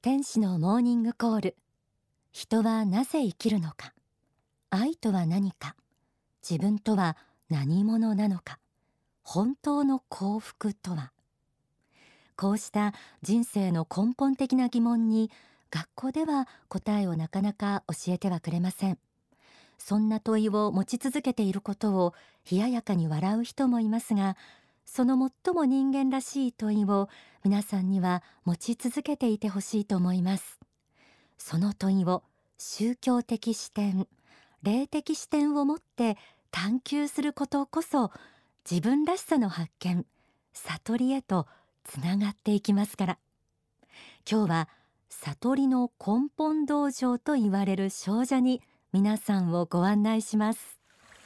天使のモーニングコール。人はなぜ生きるのか、愛とは何か、自分とは何者なのか、本当の幸福とは。こうした人生の根本的な疑問に学校では答えをなかなか教えてはくれません。そんな問いを持ち続けていることを冷ややかに笑う人もいますが、その最も人間らしい問いを皆さんには持ち続けていてほしいと思います。その問いを宗教的視点、霊的視点を持って探求することこそ、自分らしさの発見、悟りへとつながっていきますから。今日は悟りの根本道場と言われる少女に皆さんをご案内します。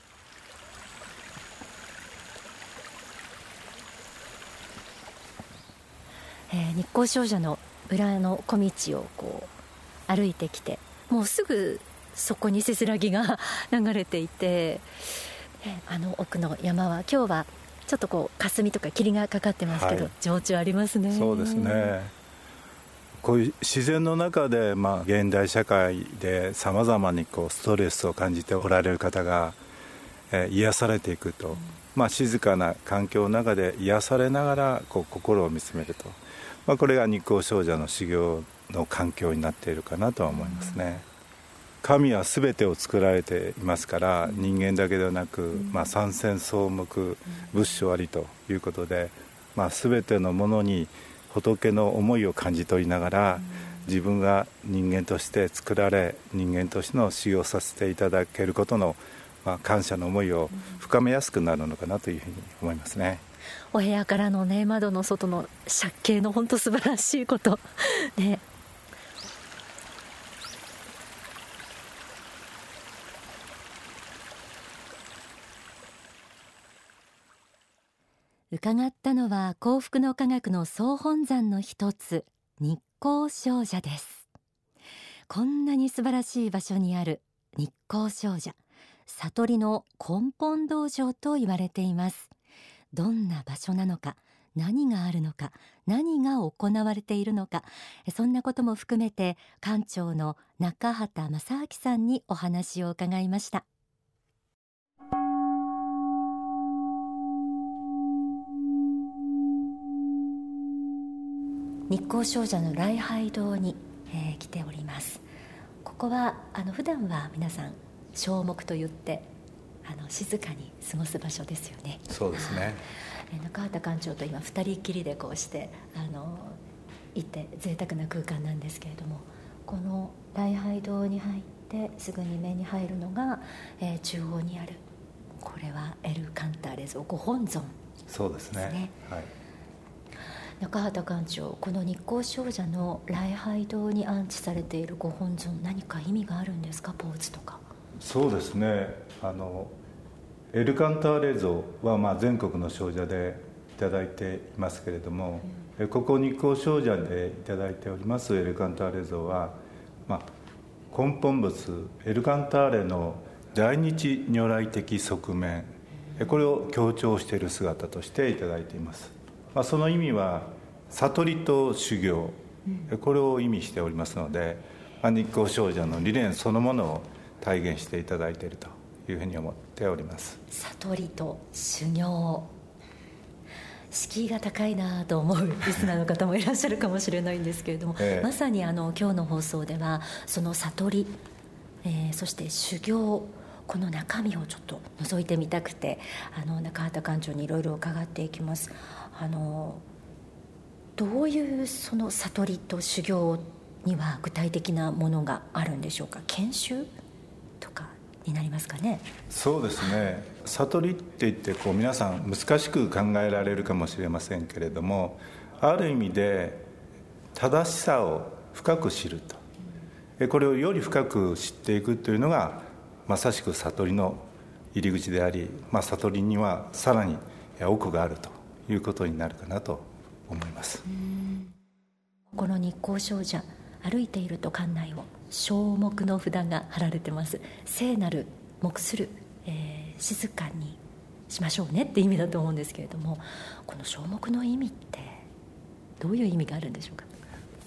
日光少女の裏の小道を歩いてきて、もうすぐそこにせせらぎが流れていて、あの奥の山は今日はちょっと霞とか霧がかかってますけど、情緒ありますね。 そうですね。こういう自然の中で、現代社会でさまざまにストレスを感じておられる方が、癒されていくと、静かな環境の中で癒されながら心を見つめると、これが日光少女の修行の環境になっているかなとは思いますね。神は全てを作られていますから、人間だけではなく、三千草木仏性ありということで、全てのものに仏の思いを感じ取りながら、自分が人間として作られ、人間としての修行させていただけることの、感謝の思いを深めやすくなるのかなというふうに思いますね。 お部屋からのね、窓の外の借景の本当素晴らしいことね。伺ったのは幸福の科学の総本山の一つ、日光精舎です。こんなに素晴らしい場所にある日光精舎、悟りの根本道場と言われています。どんな場所なのか、何があるのか、何が行われているのか、そんなことも含めて館長の中畑正明さんにお話を伺いました。日光精舎の礼拝堂に、来ております。ここは普段は皆さん小木と言って静かに過ごす場所ですよね。 そうですね。 中畑館長と今二人きりでこうしていて贅沢な空間なんですけれども、この礼拝堂に入ってすぐに目に入るのが、中央にある、これはエル・カンターレ像ご本尊ですね。 そうですね、はい。 中畑館長、この日光精舎の礼拝堂に安置されているご本尊、何か意味があるんですか？ポーズとか。 そうですね、エル・カンターレ像は全国の精舎でいただいていますけれども、ここ日光精舎でいただいておりますエル・カンターレ像は、根本仏エル・カンターレの大日如来的側面、これを強調している姿としていただいています。その意味は悟りと修行、これを意味しておりますので、日光精舎の理念そのものを体現していただいているというふうに思っております。 悟りと修行、敷居が高いなと思うリスナーの方もいらっしゃるかもしれないんですけれども、まさに今日の放送ではその悟り、そして修行、この中身をちょっと覗いてみたくて中畑館長にいろいろ伺っていきます。どういうその悟りと修行には具体的なものがあるんでしょうか？研修とかになりますかね？ そうですね、悟りって言って皆さん難しく考えられるかもしれませんけれども、ある意味で正しさを深く知ると、これをより深く知っていくというのがまさしく悟りの入り口であり、悟りにはさらに奥があるということになるかなと思います。 この日光精舎、歩いていると館内を小木の札が貼られてます。聖なる黙する、静かにしましょうねって意味だと思うんですけれども、この小木の意味ってどういう意味があるんでしょうか？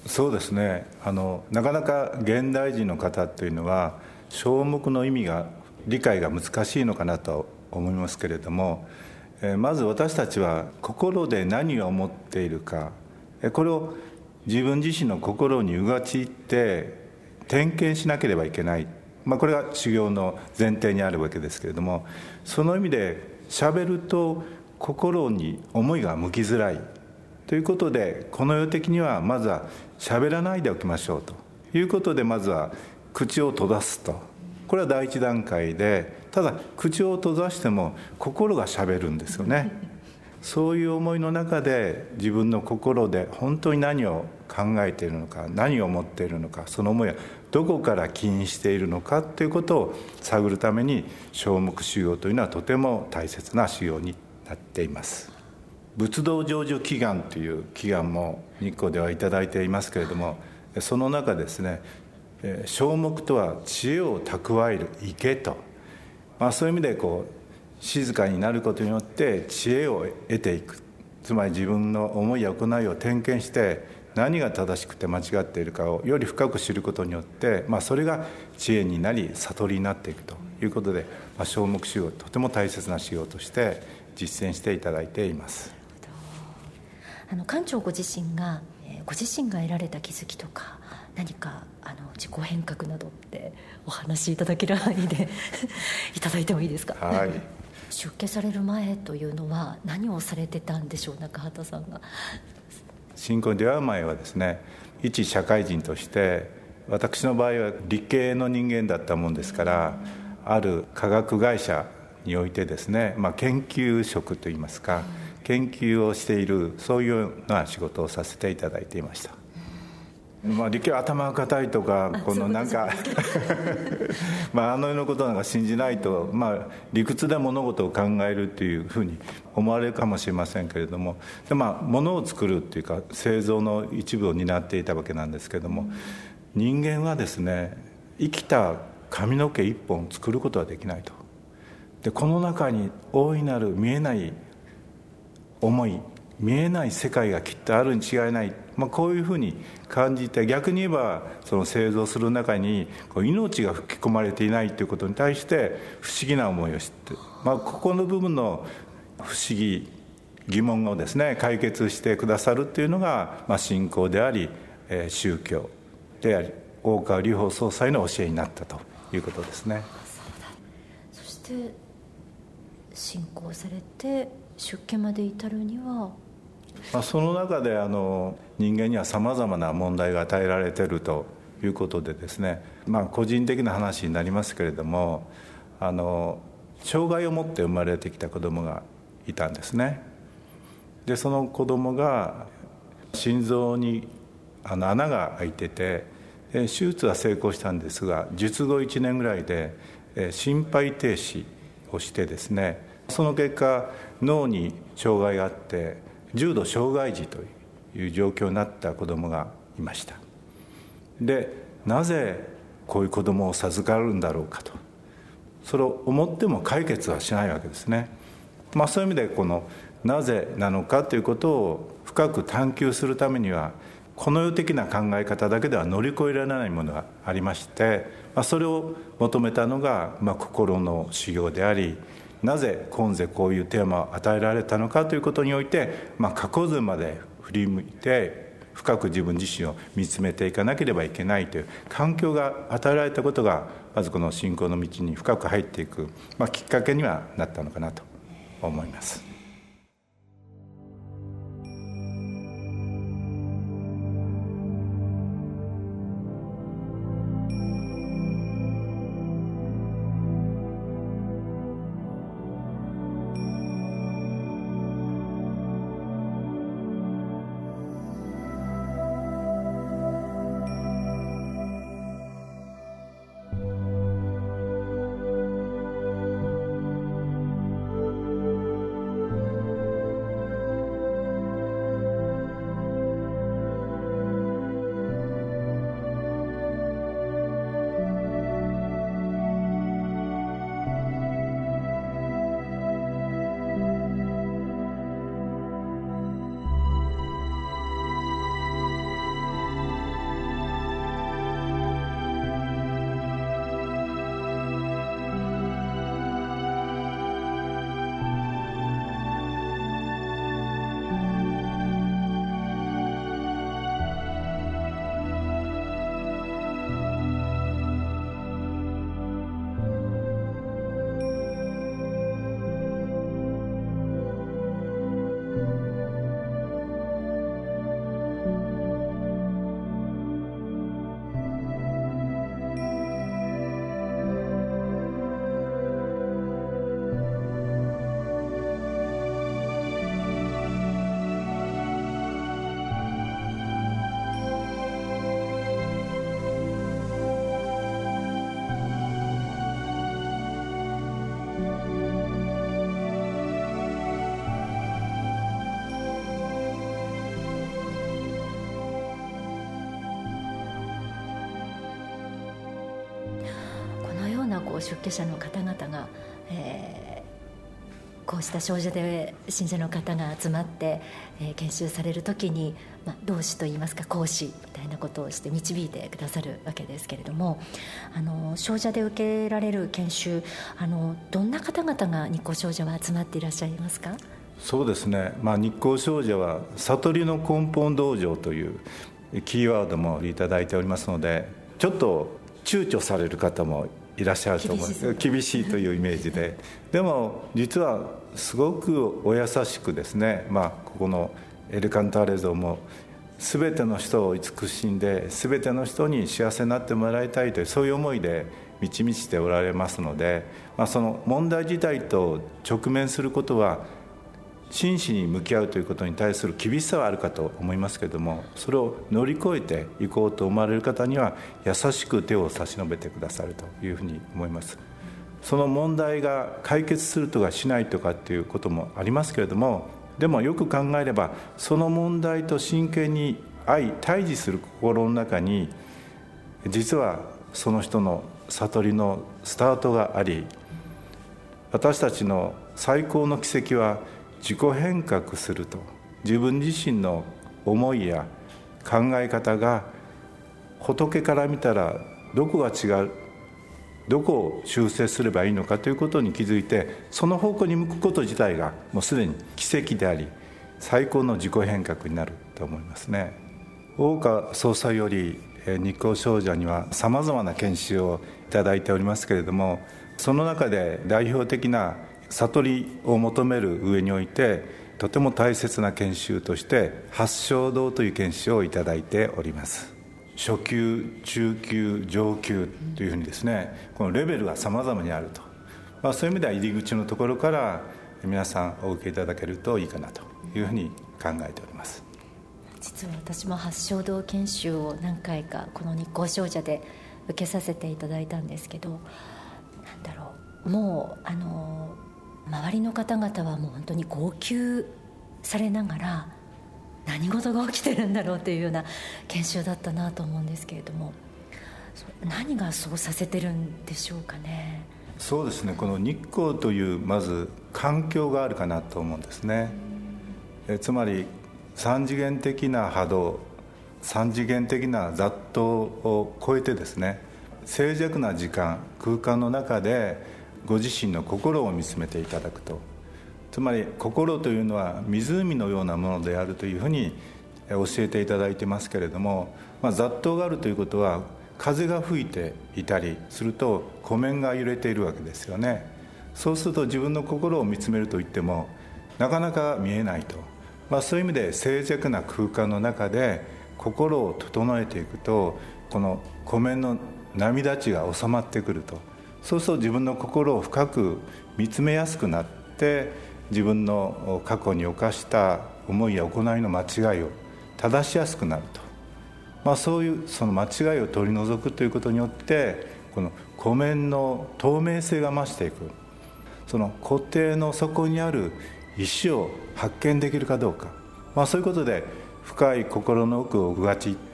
そうですね、なかなか現代人の方というのは小目の意味が理解が難しいのかなと思いますけれども、まず私たちは心で何を思っているか、これを自分自身の心にうがちいって点検しなければいけない、これが修行の前提にあるわけですけれども、その意味で喋ると心に思いが向きづらいということで、この世的にはまずは喋らないでおきましょうということで、まずは口を閉ざすと、これは第一段階で、ただ口を閉ざしても心が喋るんですよね。そういう思いの中で自分の心で本当に何を考えているのか、何を思っているのか、その思いはどこから起因しているのかということを探るために、小目修行というのはとても大切な修行になっています。仏道成就祈願という祈願も日光ではいただいていますけれども、その中ですね、小目とは知恵を蓄える池と、そういう意味で静かになることによって知恵を得ていく、つまり自分の思いや行いを点検して何が正しくて間違っているかをより深く知ることによって、それが知恵になり悟りになっていくということで、小目修行、とても大切な修行として実践していただいています。 館長ご自身が得られた気づきとか、何か自己変革などってお話しいただける範囲でいただいてもいいですか？ はい。 出家される前というのは何をされてたんでしょう、中畑さんが。 信仰に出会う前はですね、一社会人として、私の場合は理系の人間だったもんですから、ある科学会社においてですね、研究職といいますか、研究をしている、そういうような仕事をさせていただいていました。理系は頭が固いとか、なんかあの世のことなんか信じないと、理屈で物事を考えるっていうふうに思われるかもしれませんけれども、物を作るっていうか製造の一部を担っていたわけなんですけれども、人間はですね、生きた髪の毛一本作ることはできないと。でこの中に大いなる見えない思い、見えない世界がきっとあるに違いない、こういうふうに感じて、逆に言えばその製造する中に命が吹き込まれていないということに対して不思議な思いをして、ここの部分の不思議疑問をですね解決してくださるというのが、信仰であり、宗教であり、大川隆法総裁の教えになったということですね。 そして信仰されて出家まで至るには、 その中で人間にはさまざまな問題が与えられているということでですね、個人的な話になりますけれども、障害を持って生まれてきた子供がいたんですね。でその子供が心臓に穴が開いてて、手術は成功したんですが、術後1年ぐらいで心肺停止をしてですね、その結果脳に障害があって重度障害児という状況になった子どもがいました。でなぜこういう子どもを授かるんだろうかと、それを思っても解決はしないわけですね。そういう意味でなぜなのかということを深く探求するためには、この世的な考え方だけでは乗り越えられないものがありまして、それを求めたのが、心の修行であり、なぜ今世こういうテーマを与えられたのかということにおいて、過去図まで振り向いて深く自分自身を見つめていかなければいけないという環境が与えられたことが、まずこの信仰の道に深く入っていく、きっかけにはなったのかなと思います。 出家者の方々が、こうした少女で信者の方が集まって、研修される時に、導師といいますか講師みたいなことをして導いてくださるわけですけれども、少女で受けられる研修、どんな方々が日光少女は集まっていらっしゃいますか？ そうですね、日光少女は悟りの根本道場というキーワードもいただいておりますので、ちょっと躊躇される方もいらっしゃると思います。厳しいというイメージででも実はすごくお優しくですね、ここのエルカンターレ像も全ての人を慈しんで全ての人に幸せになってもらいたいという、そういう思いで満ち満ちておられますので、その問題自体と直面することは真摯に向き合うということに対する厳しさはあるかと思いますけれども、それを乗り越えていこうと思われる方には優しく手を差し伸べてくださるというふうに思います。その問題が解決するとかしないとかっていうこともありますけれども、でもよく考えればその問題と真剣に対峙する心の中に実はその人の悟りのスタートがあり、私たちの最高の奇跡は自己変革すると、自分自身の思いや考え方が仏から見たらどこが違う、どこを修正すればいいのかということに気づいて、その方向に向くこと自体がもうすでに奇跡であり最高の自己変革になると思いますね。大岡総裁より日光少女にはさまざまな研修をいただいておりますけれども、その中で代表的な悟りを求める上においてとても大切な研修として八正道という研修をいただいております。初級、中級、上級というふうにですね、このレベルがさまざまにあると、そういう意味では入り口のところから皆さんお受けいただけるといいかなというふうに考えております。 実は私も八正道研修を何回かこの日光少女で受けさせていただいたんですけど、もう周りの方々はもう本当に号泣されながら何事が起きてるんだろうというような研修だったなと思うんですけれども、何がそうさせてるんでしょうかね。 そうですね、この日光というまず環境があるかなと思うんですね。つまり三次元的な波動、三次元的な雑踏を超えてですね、静寂な時間空間の中でご自身の心を見つめていただくと、つまり心というのは湖のようなものであるというふうに教えていただいてますけれども、雑踏があるということは風が吹いていたりすると湖面が揺れているわけですよね。そうすると自分の心を見つめるといってもなかなか見えないと、そういう意味で静寂な空間の中で心を整えていくと、この湖面の波立ちが収まってくると、そうすると自分の心を深く見つめやすくなって、自分の過去に犯した思いや行いの間違いを正しやすくなると、そういうその間違いを取り除くということによってこの湖面の透明性が増していく、その湖底の底にある石を発見できるかどうか、そういうことで深い心の奥をうがちいって、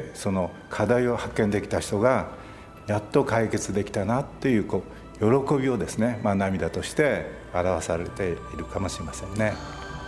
その課題を発見できた人がやっと解決できたなっていう喜びをですね、涙として表されているかもしれませんね。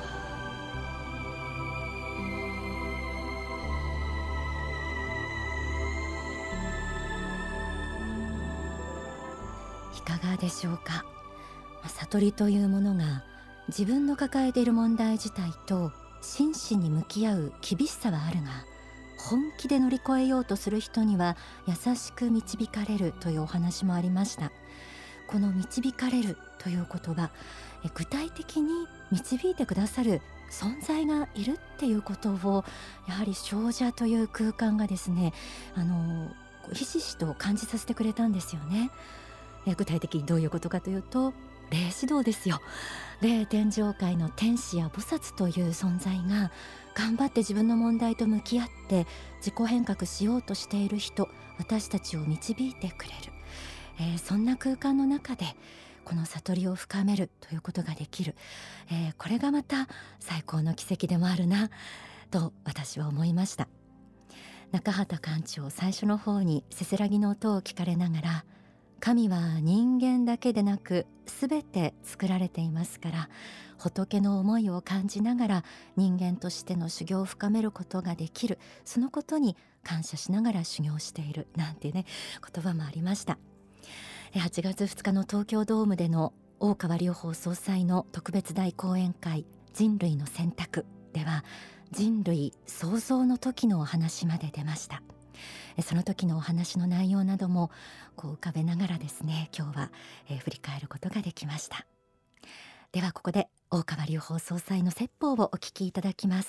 いかがでしょうか。悟りというものが自分の抱えている問題自体と真摯に向き合う厳しさはあるが、本気で乗り越えようとする人には優しく導かれるというお話もありました。この導かれるという言葉、具体的に導いてくださる存在がいるっていうことを、やはり少女という空間がですね、ひしひしと感じさせてくれたんですよね。具体的にどういうことかというと、霊指導ですよ。霊天上界の天使や菩薩という存在が頑張って自分の問題と向き合って自己変革しようとしている人、私たちを導いてくれる、そんな空間の中でこの悟りを深めるということができる、これがまた最高の奇跡でもあるなと私は思いました。中畑館長、最初の方にせせらぎの音を聞かれながら、 神は人間だけでなくすべて作られていますから、仏の思いを感じながら人間としての修行を深めることができる、そのことに感謝しながら修行しているなんてね、言葉もありました。8月2日の東京ドームでの大川隆法総裁の特別大講演会、人類の選択では、人類創造の時のお話まで出ました。その時のお話の内容なども浮かべながらですね、今日は振り返ることができました。ではここで大川隆法総裁の説法をお聞きいただきます。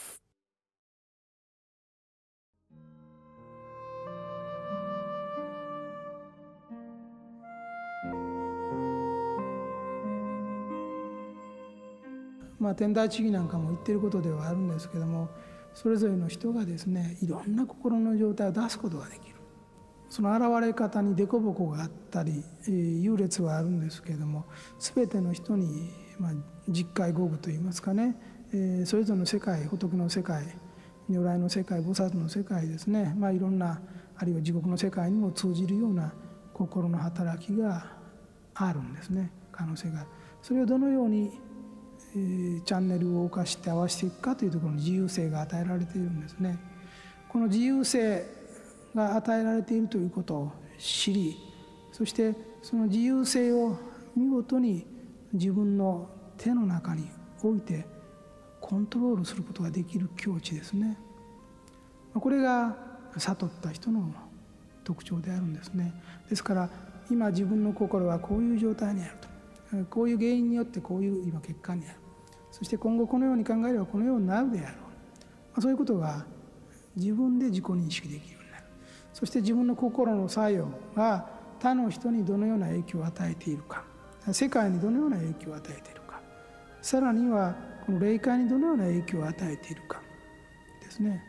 天台地義なんかも言ってることではあるんですけども、それぞれの人がですね、いろんな心の状態を出すことができる。その現れ方に凸凹があったり優劣はあるんですけれども、全ての人に実界五具といいますかね、それぞれの世界、仏の世界、如来の世界、菩薩の世界ですね、いろんな、あるいは地獄の世界にも通じるような心の働きがあるんですね、可能性が。それをどのようにチャンネルを動かして合わせていくかというところの自由性が与えられているんですね。この自由性が与えられているということを知り、そしてその自由性を見事に自分の手の中に置いてコントロールすることができる境地ですね。これが悟った人の特徴であるんですね。ですから今自分の心はこういう状態にあると、こういう原因によってこういう今結果にある、そして今後このように考えればこのようになるであろう、そういうことが自分で自己認識できるようになる。そして自分の心の作用が他の人にどのような影響を与えているか、世界にどのような影響を与えているか、さらにはこの霊界にどのような影響を与えているかですね。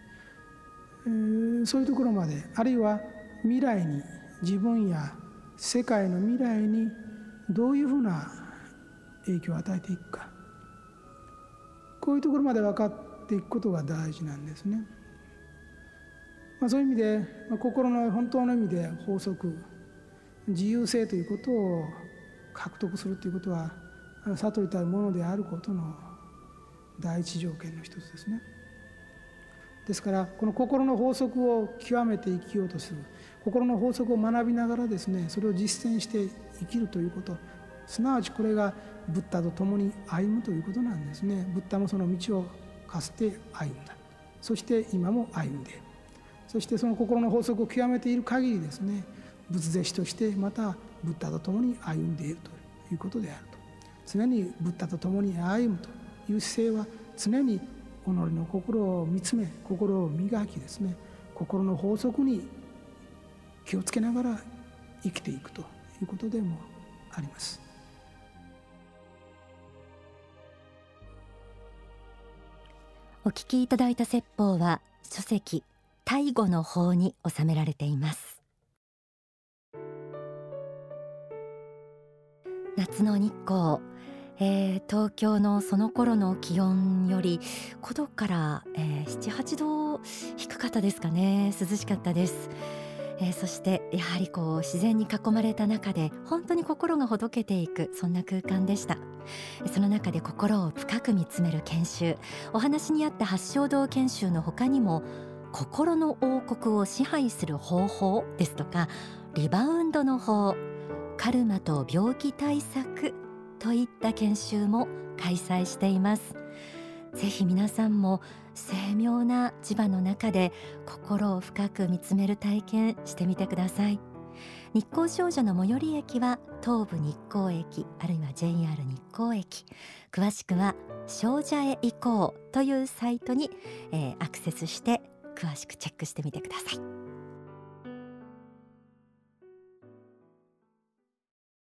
そういうところまで、あるいは未来に、自分や世界の未来にどういうふうな影響を与えていくか、こういうところまで分かっていくことが大事なんですね。そういう意味で、心の本当の意味で法則、自由性ということを獲得するということは、悟りたるものであることの第一条件の一つですね。ですからこの心の法則を極めて生きようとする、心の法則を学びながらですね、それを実践して生きるということ、すなわちこれがブッダと共に歩むということなんですね。ブッダもその道をかつて歩んだ、そして今も歩んでいる。そしてその心の法則を極めている限りですね、仏弟子としてまたブッダと共に歩んでいるということであると。常にブッダと共に歩むという姿勢は、常に己の心を見つめ、心を磨きですね、心の法則に気をつけながら生きていくということでもあります。 お聞きいただいた説法は書籍大語の法に収められています。夏の日光、東京のその頃の気温より5度から、7、8度低かったですかね。涼しかったです。そしてやはり自然に囲まれた中で本当に心がほどけていく、そんな空間でした。その中で心を深く見つめる研修、お話にあった八正道研修の他にも、心の王国を支配する方法ですとか、リバウンドの法、カルマと病気対策といった研修も開催しています。ぜひ皆さんも精妙な磁場の中で心を深く見つめる体験してみてください。日光少女の最寄り駅は東武日光駅、あるいは JR 日光駅。詳しくは少女へ行こうというサイトに、アクセスして詳しくチェックしてみてください。